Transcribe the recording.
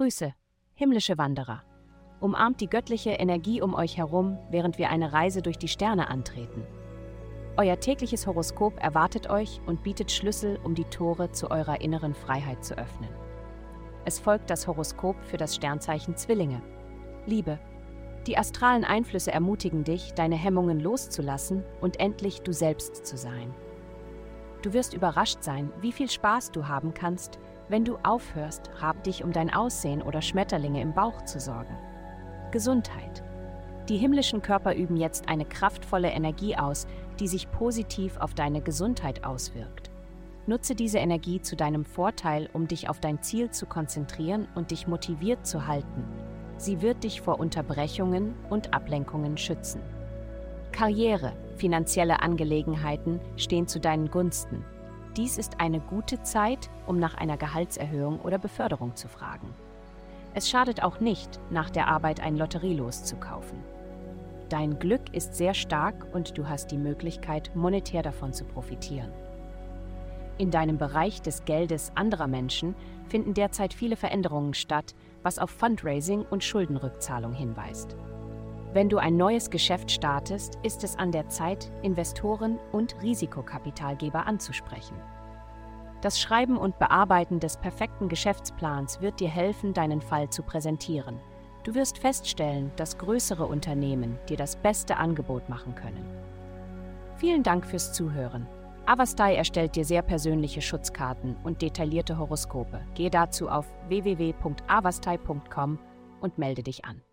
Grüße, himmlische Wanderer. Umarmt die göttliche Energie um euch herum, während wir eine Reise durch die Sterne antreten. Euer tägliches Horoskop erwartet euch und bietet Schlüssel, um die Tore zu eurer inneren Freiheit zu öffnen. Es folgt das Horoskop für das Sternzeichen Zwillinge. Liebe. Die astralen Einflüsse ermutigen dich, deine Hemmungen loszulassen und endlich du selbst zu sein. Du wirst überrascht sein, wie viel Spaß du haben kannst, wenn du aufhörst, dich um dein Aussehen oder Schmetterlinge im Bauch zu sorgen. Gesundheit. Die himmlischen Körper üben jetzt eine kraftvolle Energie aus, die sich positiv auf deine Gesundheit auswirkt. Nutze diese Energie zu deinem Vorteil, um dich auf dein Ziel zu konzentrieren und dich motiviert zu halten. Sie wird dich vor Unterbrechungen und Ablenkungen schützen. Karriere, finanzielle Angelegenheiten stehen zu deinen Gunsten. Dies ist eine gute Zeit, um nach einer Gehaltserhöhung oder Beförderung zu fragen. Es schadet auch nicht, nach der Arbeit ein Lotterielos zu kaufen. Dein Glück ist sehr stark und du hast die Möglichkeit, monetär davon zu profitieren. In deinem Bereich des Geldes anderer Menschen finden derzeit viele Veränderungen statt, was auf Fundraising und Schuldenrückzahlung hinweist. Wenn du ein neues Geschäft startest, ist es an der Zeit, Investoren und Risikokapitalgeber anzusprechen. Das Schreiben und Bearbeiten des perfekten Geschäftsplans wird dir helfen, deinen Fall zu präsentieren. Du wirst feststellen, dass größere Unternehmen dir das beste Angebot machen können. Vielen Dank fürs Zuhören. Avastai erstellt dir sehr persönliche Schutzkarten und detaillierte Horoskope. Gehe dazu auf www.avastai.com und melde dich an.